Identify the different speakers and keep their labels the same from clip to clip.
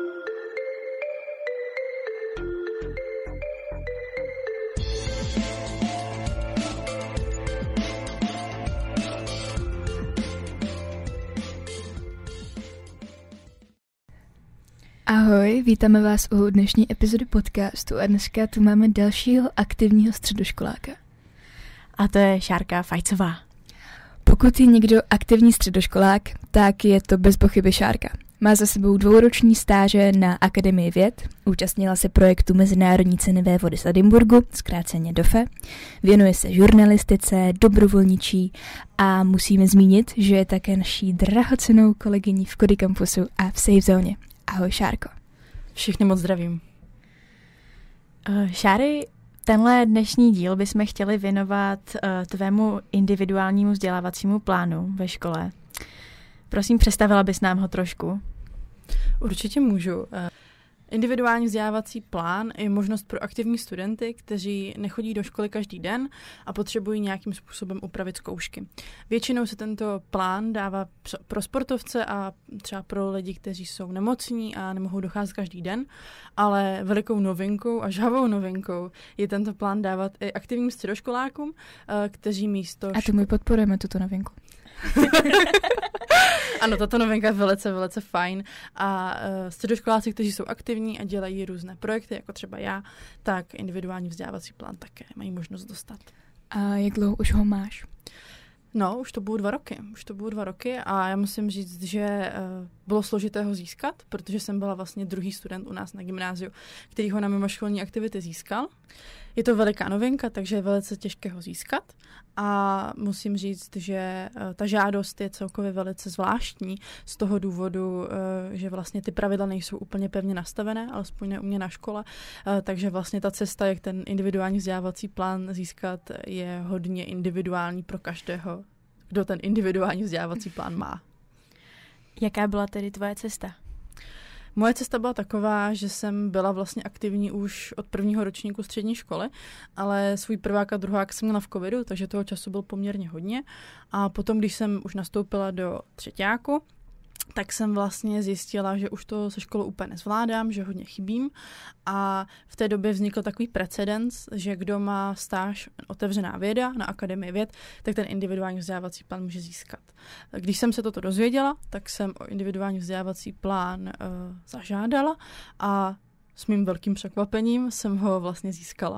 Speaker 1: Ahoj, vítáme vás u dnešní epizody podcastu a dneska tu máme dalšího aktivního středoškoláka.
Speaker 2: A to je Šárka Fajcová.
Speaker 1: Pokud je někdo aktivní středoškolák, tak je to bez pochyby Šárka. Má za sebou 2roční stáže na Akademii věd, účastnila se projektu Mezinárodní ceny vévody z Edinburghu, zkráceně DOFE, věnuje se žurnalistice, dobrovolničí a musíme zmínit, že je také naší drahocennou kolegyní v Kody Campusu a v Safe Zóně. Ahoj, Šárko.
Speaker 2: Všichni moc zdravím. Šáry, tenhle dnešní díl bychom chtěli věnovat tvému individuálnímu vzdělávacímu plánu ve škole. Prosím, představila bys nám ho trošku.
Speaker 3: Určitě můžu. Individuální vzdělávací plán je možnost pro aktivní studenty, kteří nechodí do školy každý den a potřebují nějakým způsobem upravit zkoušky. Většinou se tento plán dává pro sportovce a třeba pro lidi, kteří jsou nemocní a nemohou docházet každý den, ale velikou novinkou a žhavou novinkou je tento plán dávat i aktivním středoškolákům, kteří místo...
Speaker 1: A to my podporujeme tuto novinku.
Speaker 3: Ano, tato novinka je velice fajn a středoškoláci, kteří jsou aktivní a dělají různé projekty, jako třeba já, tak individuální vzdělávací plán také mají možnost dostat.
Speaker 1: A jak dlouho už ho máš?
Speaker 3: No, už to budou 2 roky a já musím říct, že bylo složité ho získat, protože jsem byla vlastně druhý student u nás na gymnáziu, který ho na mimoškolní aktivity získal. Je to veliká novinka, takže je velice těžké ho získat a musím říct, že ta žádost je celkově velice zvláštní z toho důvodu, že vlastně ty pravidla nejsou úplně pevně nastavené, alespoň ne u mě na škole, takže vlastně ta cesta, jak ten individuální vzdělávací plán získat, je hodně individuální pro každého, kdo ten individuální vzdělávací plán má.
Speaker 2: Jaká byla tedy tvoje cesta?
Speaker 3: Moje cesta byla taková, že jsem byla vlastně aktivní už od prvního ročníku střední školy, ale svůj prvák a druhák jsem měla v covidu, takže toho času bylo poměrně hodně. A potom, když jsem už nastoupila do třeťáku, tak jsem vlastně zjistila, že už to se školou úplně nezvládám, že hodně chybím a v té době vznikl takový precedens, že kdo má stáž otevřená věda na Akademii věd, tak ten individuální vzdělávací plán může získat. Když jsem se toto dozvěděla, tak jsem o individuální vzdělávací plán zažádala a s mým velkým překvapením jsem ho vlastně získala.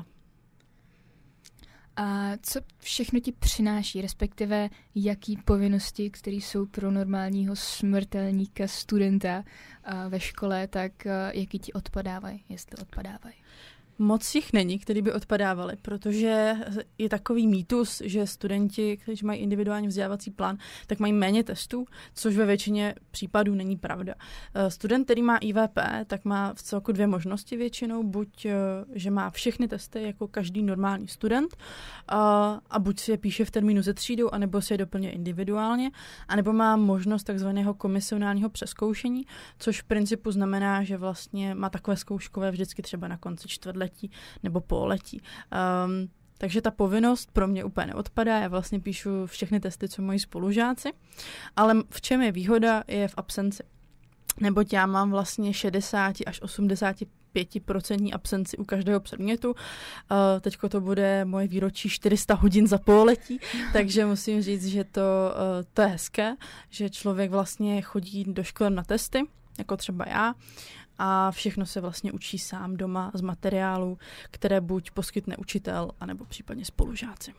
Speaker 1: A co všechno ti přináší, respektive jaký povinnosti, které jsou pro normálního smrtelníka, studenta ve škole, tak jaký ti odpadávají, jestli odpadávají?
Speaker 3: Moc jich není, který by odpadávali, protože je takový mýtus, že studenti, kteří mají individuální vzdělávací plán, tak mají méně testů, což ve většině případů není pravda. Student, který má IVP, tak má v celku 2 možnosti většinou, buď, že má všechny testy jako každý normální student a buď si je píše v termínu ze třídou, anebo si je doplňuje individuálně, anebo má možnost takzvaného komisionálního přezkoušení, což v principu znamená, že vlastně má takové zkouškové vždycky třeba na konci čtvrtletí nebo pololetí. Takže ta povinnost pro mě úplně neodpadá, já vlastně píšu všechny testy, co mají spolužáci, ale v čem je výhoda, je v absenci. Neboť já mám vlastně 60 až 85% absenci u každého předmětu. Teďko to bude moje výročí 400 hodin za pololetí, takže musím říct, že to je hezké, že člověk vlastně chodí do školy na testy, jako třeba já, a všechno se vlastně učí sám doma z materiálů, které buď poskytne učitel, anebo případně spolužáci.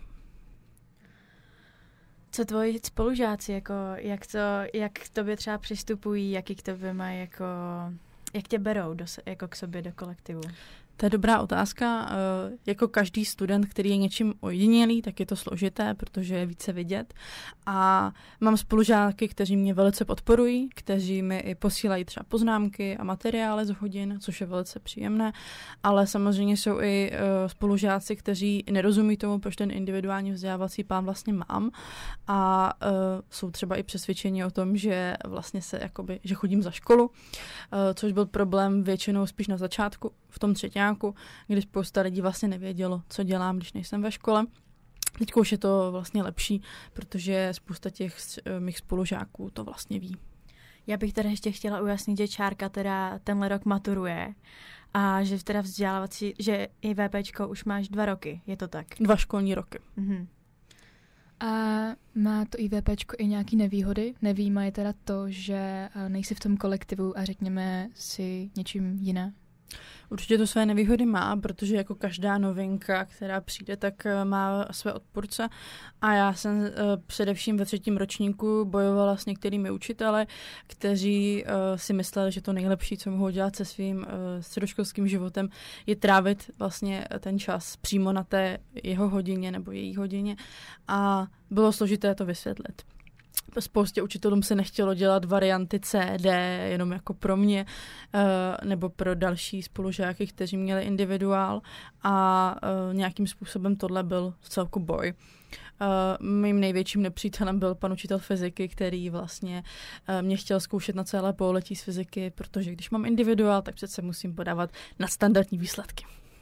Speaker 2: Co tvoji spolužáci, jak k tobě třeba přistupují, jaký k tobě mají, jak tě berou jako k sobě do kolektivu?
Speaker 3: To je dobrá otázka. Jako každý student, který je něčím ojedinělý, tak je to složité, protože je více vidět. A mám spolužáky, kteří mě velice podporují, kteří mi i posílají třeba poznámky a materiály z hodin, což je velice příjemné. Ale samozřejmě jsou i spolužáci, kteří nerozumí tomu, proč ten individuální vzdělávací plán vlastně mám. A jsou třeba i přesvědčeni o tom, že vlastně že chodím za školu, což byl problém většinou spíš na začátku, v tom třeťáku, kdy spousta lidí vlastně nevědělo, co dělám, když nejsem ve škole. Teď už je to vlastně lepší, protože spousta těch mých spolužáků to vlastně ví.
Speaker 2: Já bych teda ještě chtěla ujasnit, že Čárka teda tenhle rok maturuje a že teda vzdělávací, že IVPčko už máš 2 roky, je to tak?
Speaker 3: 2 školní roky.
Speaker 1: A má to IVPčko i nějaký nevýhody? Nevýjíma je teda to, že nejsi v tom kolektivu a řekněme si něčím jiné?
Speaker 3: Určitě to své nevýhody má, protože jako každá novinka, která přijde, tak má své odpůrce. A já jsem především ve 3. ročníku bojovala s některými učiteli, kteří si mysleli, že to nejlepší, co mohou dělat se svým středoškolským životem, je trávit vlastně ten čas přímo na té jeho hodině nebo její hodině. A bylo složité to vysvětlit. Spoustě učitelům se nechtělo dělat varianty C, D, jenom jako pro mě, nebo pro další spolužáky, kteří měli individuál a nějakým způsobem tohle byl vcelku boj. Mým největším nepřítelem byl pan učitel fyziky, který vlastně mě chtěl zkoušet na celé pololetí z fyziky, protože když mám individuál, tak přece musím podávat na standardní výsledky.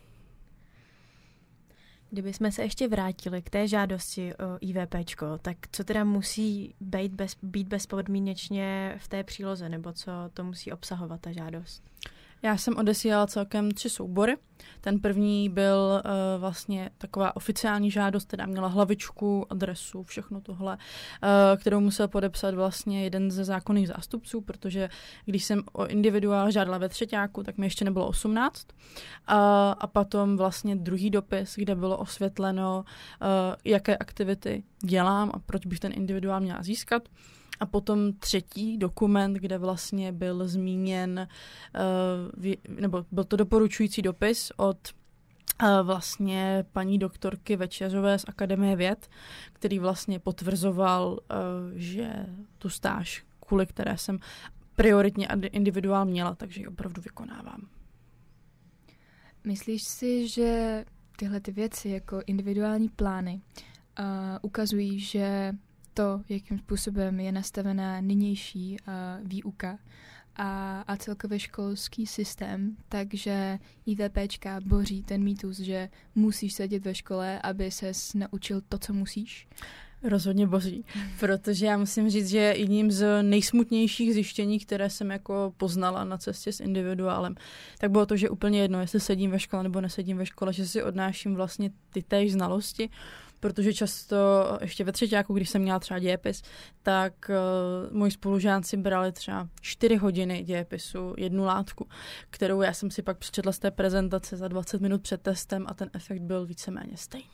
Speaker 2: Kdybychom se ještě vrátili k té žádosti o IVPčko, tak co teda musí být bezpodmínečně v té příloze, nebo co to musí obsahovat ta žádost?
Speaker 3: Já jsem odesílala celkem 3 soubory. Ten první byl vlastně taková oficiální žádost, která měla hlavičku, adresu, všechno tohle, kterou musel podepsat vlastně jeden ze zákonných zástupců, protože když jsem o individuál žádala ve 3., tak mi ještě nebylo 18. A potom vlastně druhý dopis, kde bylo osvětleno, jaké aktivity dělám a proč bych ten individuál měla získat. A potom 3. dokument, kde vlastně byl zmíněn, nebo byl to doporučující dopis od vlastně paní doktorky Večeřové z Akademie věd, který vlastně potvrzoval, že tu stáž, kvůli které jsem prioritně individuál měla, takže ji opravdu vykonávám.
Speaker 1: Myslíš si, že tyhle ty věci jako individuální plány ukazují, že to, jakým způsobem je nastavená nynější výuka a celkově školský systém, takže IVPčka boří ten mýtus, že musíš sedět ve škole, aby ses naučil to, co musíš?
Speaker 3: Rozhodně boří, protože já musím říct, že jedním z nejsmutnějších zjištění, které jsem jako poznala na cestě s individuálem, tak bylo to, že úplně jedno, jestli sedím ve škole nebo nesedím ve škole, že si odnáším vlastně ty též znalosti, protože často ještě ve 3., když jsem měla třeba dějepis, tak moji spolužáci brali třeba 4 hodiny dějepisu, 1 látku, kterou já jsem si pak přečetla z té prezentace za 20 minut před testem a ten efekt byl víceméně stejný.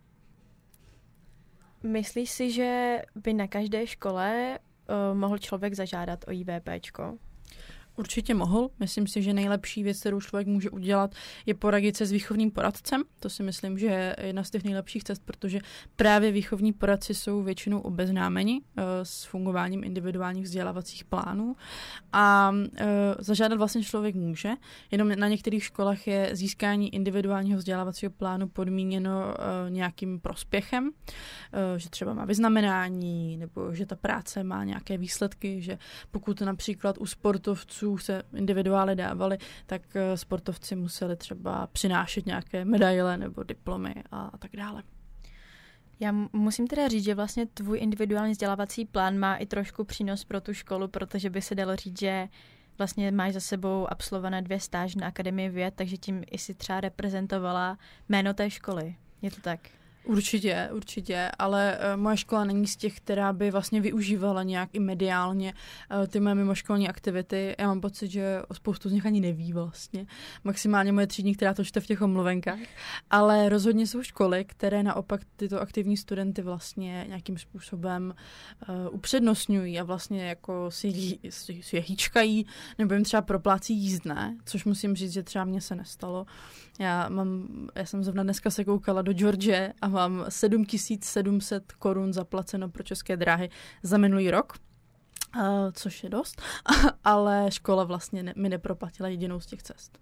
Speaker 2: Myslíš si, že by na každé škole mohl člověk zažádat o IVPčko?
Speaker 3: Určitě mohl. Myslím si, že nejlepší věc, kterou člověk může udělat, je poradit se s výchovným poradcem. To si myslím, že je jedna z těch nejlepších cest, protože právě výchovní poradci jsou většinou obeznámeni s fungováním individuálních vzdělávacích plánů a zažádat vlastně člověk může. Jenom na některých školách je získání individuálního vzdělávacího plánu podmíněno nějakým prospěchem, že třeba má vyznamenání nebo že ta práce má nějaké výsledky, že pokud například u sportovců se individuály dávaly, tak sportovci museli třeba přinášet nějaké medaile nebo diplomy a tak dále.
Speaker 2: Já musím teda říct, že vlastně tvůj individuální vzdělávací plán má i trošku přínos pro tu školu, protože by se dalo říct, že vlastně máš za sebou absolvované 2 stáže na Akademii věd, takže tím i si třeba reprezentovala jméno té školy. Je to tak?
Speaker 3: Určitě, ale moje škola není z těch, která by vlastně využívala nějak i mediálně ty moje mimoškolní aktivity. Já mám pocit, že spoustu z nich ani neví vlastně. Maximálně moje třídní, která to čte v těch omluvenkách. Ale rozhodně jsou školy, které naopak tyto aktivní studenty vlastně nějakým způsobem upřednostňují a vlastně jako si je hýčkají nebo jim třeba proplácí jízdné, což musím říct, že třeba mně se nestalo. Já jsem zrovna dneska se koukala do Georgie a mám 7700 korun zaplaceno pro České dráhy za minulý rok, což je dost, ale škola vlastně mi neproplatila jedinou z těch cest.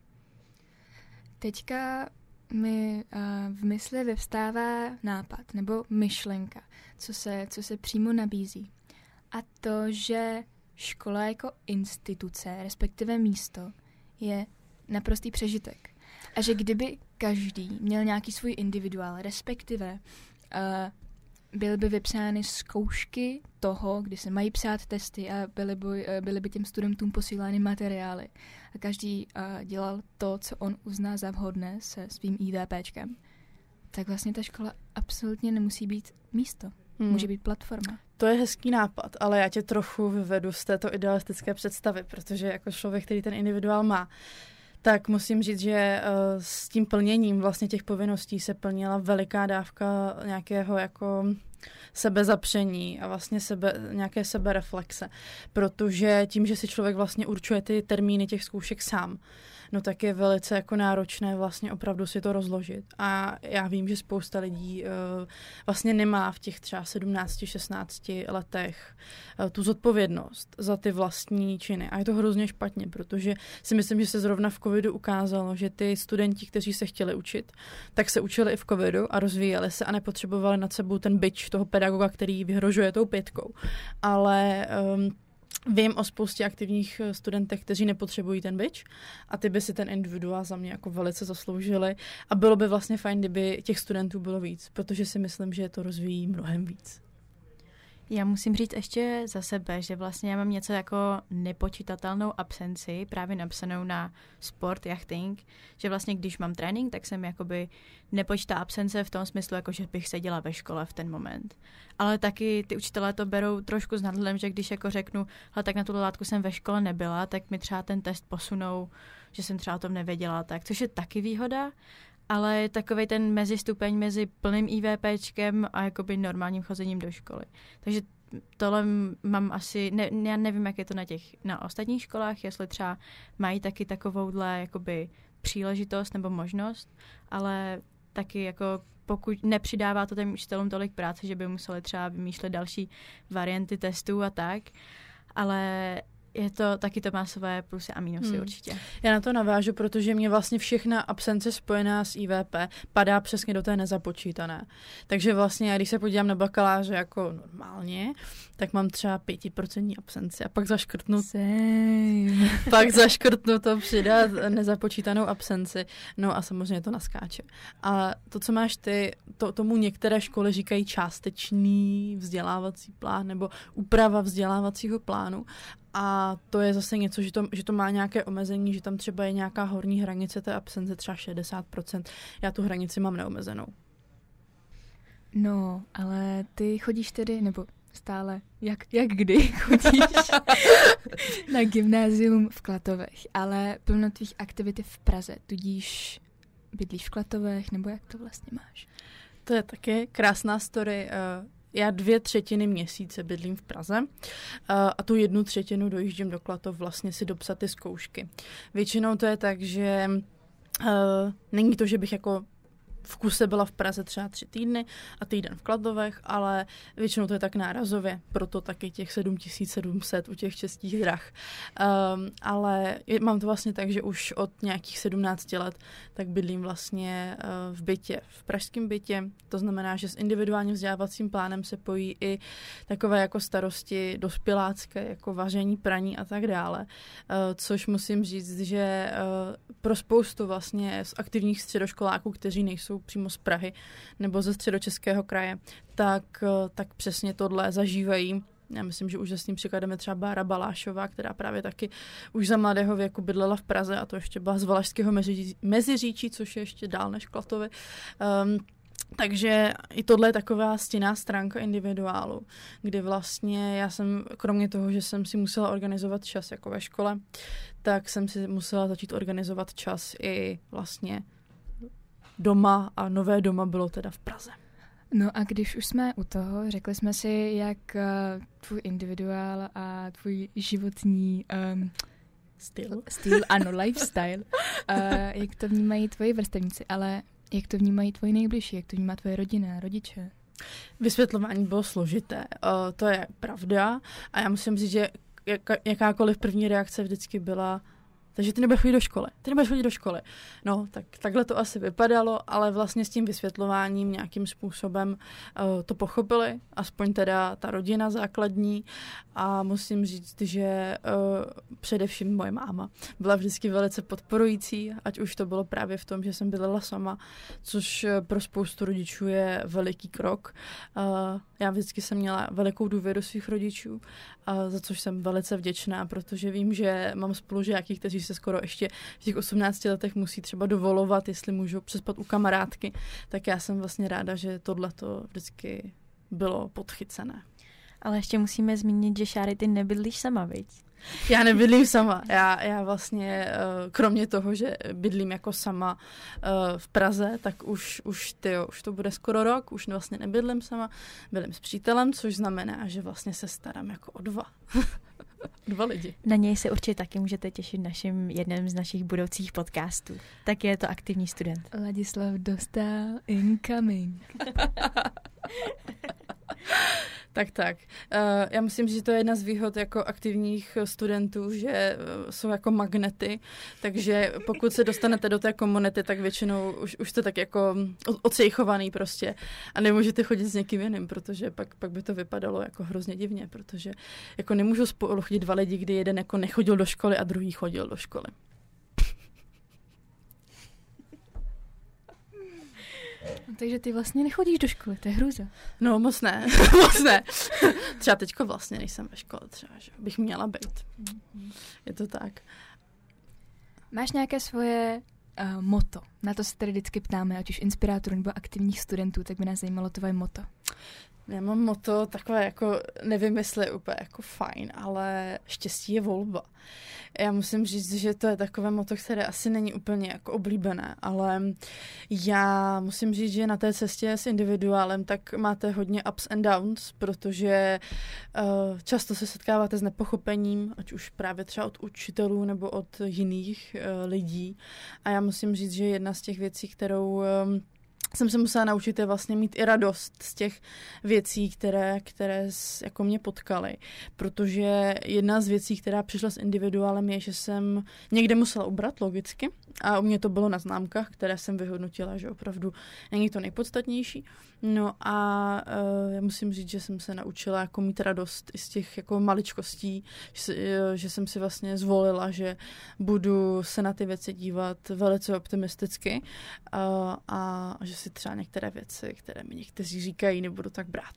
Speaker 1: Teďka mi v mysli vyvstává nápad nebo myšlenka, co se přímo nabízí. A to, že škola jako instituce, respektive místo, je naprostý přežitek. A že kdyby každý měl nějaký svůj individuál, respektive byly by vypsány zkoušky toho, kdy se mají psát testy a byly by těm studentům posílány materiály. A každý dělal to, co on uzná za vhodné se svým IVPčkem. Tak vlastně ta škola absolutně nemusí být místo. Může být platforma.
Speaker 3: To je hezký nápad, ale já tě trochu vyvedu z této idealistické představy, protože jako člověk, který ten individuál má, tak musím říct, že s tím plněním vlastně těch povinností se plnila veliká dávka nějakého jako sebezapření a vlastně nějaké sebereflexe, protože tím, že si člověk vlastně určuje ty termíny těch zkoušek sám, no tak je velice jako náročné vlastně opravdu si to rozložit. A já vím, že spousta lidí vlastně nemá v těch třeba 17-16 letech tu zodpovědnost za ty vlastní činy. A je to hrozně špatně, protože si myslím, že se zrovna v covidu ukázalo, že ty studenti, kteří se chtěli učit, tak se učili i v covidu a rozvíjeli se a nepotřebovali nad sebou ten bič toho pedagoga, který vyhrožuje tou 5. Ale vím o spoustě aktivních studentech, kteří nepotřebují ten bič a ty by si ten individuál za mě jako velice zasloužili a bylo by vlastně fajn, kdyby těch studentů bylo víc, protože si myslím, že to rozvíjí mnohem víc.
Speaker 2: Já musím říct ještě za sebe, že vlastně já mám něco jako nepočítatelnou absenci, právě napsanou na sport, jachting, že vlastně když mám trénink, tak jsem jakoby nepočítá absence v tom smyslu, jako že bych seděla ve škole v ten moment. Ale taky ty učitelé to berou trošku s nadhledem, že když jako řeknu, hele, tak na tuhle látku jsem ve škole nebyla, tak mi třeba ten test posunou, že jsem třeba o tom nevěděla, tak, což je taky výhoda. Ale takovej ten mezistupeň mezi plným IVPčkem a jakoby normálním chozením do školy. Takže tohle mám asi, já nevím, jak je to na ostatních školách, jestli třeba mají taky takovouhle jakoby příležitost nebo možnost, ale taky jako pokud nepřidává to těm učitelům tolik práce, že by museli třeba vymýšlet další varianty testů a tak, ale taky to má své plusy a mínusy určitě.
Speaker 3: Já na to navážu, protože mě vlastně všechna absence spojená s IVP padá přesně do té nezapočítané. Takže vlastně já, když se podívám na bakaláře jako normálně, tak mám třeba 5% absenci a pak zaškrtnu to přidat nezapočítanou absenci. No a samozřejmě to naskáče. A to, co máš ty, tomu některé školy říkají částečný vzdělávací plán nebo úprava vzdělávacího plánu. A to je zase něco, že to má nějaké omezení, že tam třeba je nějaká horní hranice té absence, třeba 60%. Já tu hranici mám neomezenou.
Speaker 1: No, ale ty chodíš tedy, nebo stále, jak kdy chodíš na gymnázium v Klatovech, ale plno tvých aktivit je v Praze, tudíž bydlíš v Klatovech, nebo jak to vlastně máš?
Speaker 3: To je taky krásná story. Já 2/3 měsíce bydlím v Praze a tu 1/3 dojíždím do Klatov vlastně si dopsat ty zkoušky. Většinou to je tak, že není to, že bych jako v kuse byla v Praze třeba 3 týdny a týden v Klatovech, ale většinou to je tak nárazově, proto taky těch 7700 u těch Českých drah. Ale mám to vlastně tak, že už od nějakých 17 let tak bydlím vlastně v bytě, v pražském bytě. To znamená, že s individuálním vzdělávacím plánem se pojí i takové jako starosti dospělácké, jako vaření, praní a tak dále. Což musím říct, že pro spoustu vlastně z aktivních středoškoláků, kteří nejsou přímo z Prahy nebo ze Středočeského kraje, tak přesně tohle zažívají. Já myslím, že úžasným příkladem je třeba Bára Balášová, která právě taky už za mladého věku bydlela v Praze a to ještě byla z Valašského Meziříčí, což je ještě dál než Klatovy. Takže i tohle je taková stinná stránka individuálu, kdy vlastně já jsem, kromě toho, že jsem si musela organizovat čas jako ve škole, tak jsem si musela začít organizovat čas i vlastně doma a nové doma bylo teda v Praze.
Speaker 1: No a když už jsme u toho, řekli jsme si, jak tvůj individuál a tvůj životní styl, ano, lifestyle, jak to vnímají tvoji vrstevníci, ale jak to vnímají tvoji nejbližší, jak to vnímá tvoje rodina, rodiče?
Speaker 3: Vysvětlování bylo složité, to je pravda a já musím říct, že jakákoliv první reakce vždycky byla takže ty nebudeš chodit do školy. No, tak takhle to asi vypadalo, ale vlastně s tím vysvětlováním nějakým způsobem to pochopili, aspoň teda ta rodina základní a musím říct, že především moje máma byla vždycky velice podporující, ať už to bylo právě v tom, že jsem bydlela sama, což pro spoustu rodičů je veliký krok. Já vždycky jsem měla velikou důvěru svých rodičů, za což jsem velice vděčná, protože vím, že mám spolužáky, kteří se skoro ještě v těch 18 letech musí třeba dovolovat, jestli můžou přespat u kamarádky, tak já jsem vlastně ráda, že tohleto vždycky bylo podchycené.
Speaker 2: Ale ještě musíme zmínit, že Šáry, ty nebydlíš sama, viď?
Speaker 3: Já nebydlím sama. Já vlastně, kromě toho, že bydlím jako sama v Praze, tak už to bude skoro rok, už vlastně nebydlím sama, bydlím s přítelem, což znamená, že vlastně se starám jako o dva lidi.
Speaker 2: Na něj se určitě taky můžete těšit jedním z našich budoucích podcastů. Tak je to aktivní student.
Speaker 1: Ladislav Dostál incoming.
Speaker 3: Tak. Já myslím, že to je jedna z výhod jako aktivních studentů, že jsou jako magnety, takže pokud se dostanete do té komunity, tak většinou už jste tak jako ocejchovaný prostě a nemůžete chodit s někým jiným, protože pak by to vypadalo jako hrozně divně, protože jako nemůžu spolu chodit dva lidi, kdy jeden jako nechodil do školy a druhý chodil do školy.
Speaker 1: Takže ty vlastně nechodíš do školy, to je hrůza.
Speaker 3: No, moc ne. Třeba teďko vlastně nejsem ve škole, třeba, že bych měla být. Je to tak.
Speaker 1: Máš nějaké svoje motto? Na to se tady vždycky ptáme, ať už inspirátorů nebo aktivních studentů, tak by nás zajímalo tvoje motto.
Speaker 3: Já mám motto takové jako, nevím, jestli je úplně jako fajn, ale štěstí je volba. Já musím říct, že to je takové motto, které asi není úplně jako oblíbené, ale já musím říct, že na té cestě s individuálem tak máte hodně ups and downs, protože často se setkáváte s nepochopením, ať už právě třeba od učitelů nebo od jiných lidí. A já musím říct, že jedna z těch věcí, kterou jsem se musela naučit je vlastně mít i radost z těch věcí, které jako mě potkaly. Protože jedna z věcí, která přišla s individuálem, je, že jsem někde musela ubrat logicky a u mě to bylo na známkách, které jsem vyhodnotila, že opravdu není to nejpodstatnější. No a já musím říct, že jsem se naučila jako mít radost i z těch jako maličkostí, že jsem si vlastně zvolila, že budu se na ty věci dívat velice optimisticky a že si třeba některé věci, které mi někteří říkají, nebudu tak brát.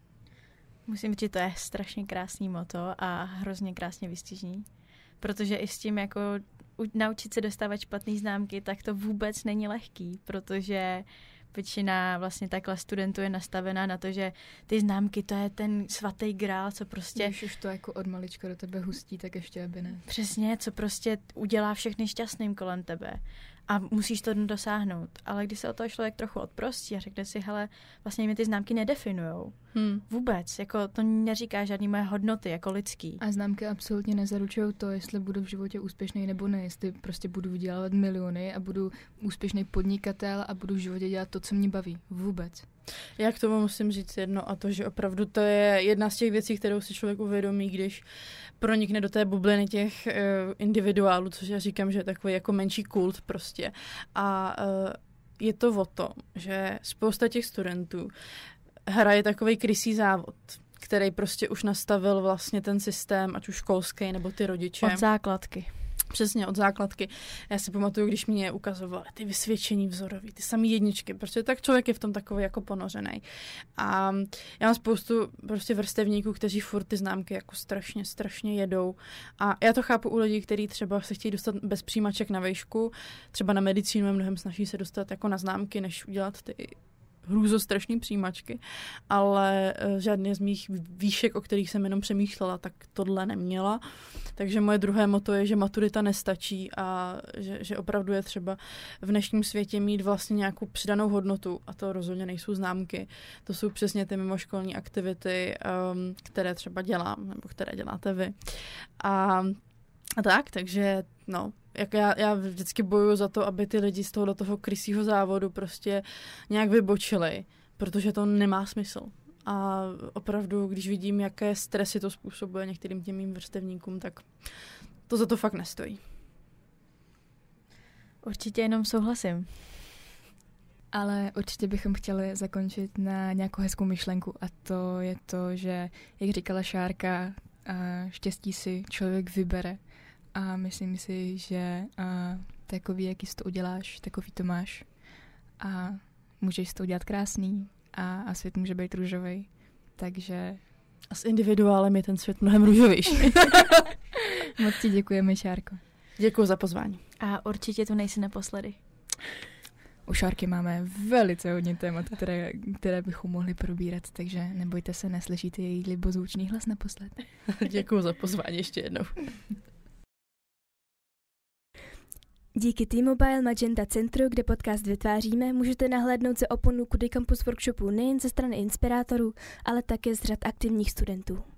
Speaker 2: Musím říct, že to je strašně krásný motto a hrozně krásně vystižný, protože i s tím jako naučit se dostávat špatný známky, tak to vůbec není lehký, protože většina vlastně takhle studentů je nastavená na to, že ty známky, to je ten svatý grál, co prostě...
Speaker 1: Když už to jako od malička do tebe hustí, tak ještě aby ne.
Speaker 2: Přesně, co prostě udělá všechny šťastným kolem tebe. A musíš to dosáhnout. Ale když se o toho člověk trochu odprostí a řekne si, hele, vlastně mi ty známky nedefinujou. Vůbec. Jako to neříká žádný moje hodnoty jako lidský.
Speaker 1: A známky absolutně nezaručují to, jestli budu v životě úspěšný nebo ne. Jestli prostě budu vydělávat miliony a budu úspěšný podnikatel a budu v životě dělat to, co mě baví. Vůbec.
Speaker 3: Já k tomu musím říct jedno a to, že opravdu to je jedna z těch věcí, kterou si člověk uvědomí, když pronikne do té bubliny těch individuálů, což já říkám, že je takový jako menší kult prostě. A je to o tom, že spousta těch studentů hraje takovej krysí závod, který prostě už nastavil vlastně ten systém, ať už školský, nebo ty rodiče.
Speaker 2: Od základky.
Speaker 3: Přesně, od základky. Já si pamatuju, když mě ukazovali ty vysvědčení vzorový, ty samý jedničky, protože tak člověk je v tom takový jako ponořený. A já mám spoustu prostě vrstevníků, kteří furt ty známky jako strašně jedou. A já to chápu u lidí, kteří třeba se chtějí dostat bez přijímaček na vejšku, třeba na medicínu je mnohem snaží se dostat jako na známky, než udělat ty hrůzostrašný přijímačky, ale žádný z mých výšek, o kterých jsem jenom přemýšlela, tak tohle neměla. Takže moje druhé motto je, že maturita nestačí a že opravdu je třeba v dnešním světě mít vlastně nějakou přidanou hodnotu a to rozhodně nejsou známky. To jsou přesně ty mimoškolní aktivity, které třeba dělám nebo které děláte vy. A tak, takže no, jak já vždycky bojuju za to, aby ty lidi z toho krysího závodu prostě nějak vybočili, protože to nemá smysl. A opravdu, když vidím, jaké stresy to způsobuje některým těm mým vrstevníkům, tak to za to fakt nestojí.
Speaker 2: Určitě jenom souhlasím.
Speaker 1: Ale určitě bychom chtěli zakončit na nějakou hezkou myšlenku a to je to, že, jak říkala Šárka, štěstí si člověk vybere a myslím si, že takový, jaký si to uděláš, takový to máš a můžeš si to udělat krásný a svět může být růžový, takže...
Speaker 3: A s individuálem je ten svět mnohem růžovější.
Speaker 1: Moc ti děkujeme, Šárko.
Speaker 3: Děkuji za pozvání.
Speaker 2: A určitě tu nejsi naposledy.
Speaker 1: U Šárky máme velice hodně témat, které bychom mohli probírat, takže nebojte se, neslyšíte její libozvučný hlas naposled.
Speaker 3: Děkuji za pozvání ještě jednou.
Speaker 1: Díky T-Mobile Magenta Centru, kde podcast vytváříme, můžete nahlédnout se oponu Kudy Campus workshopu nejen ze strany inspirátorů, ale také z řad aktivních studentů.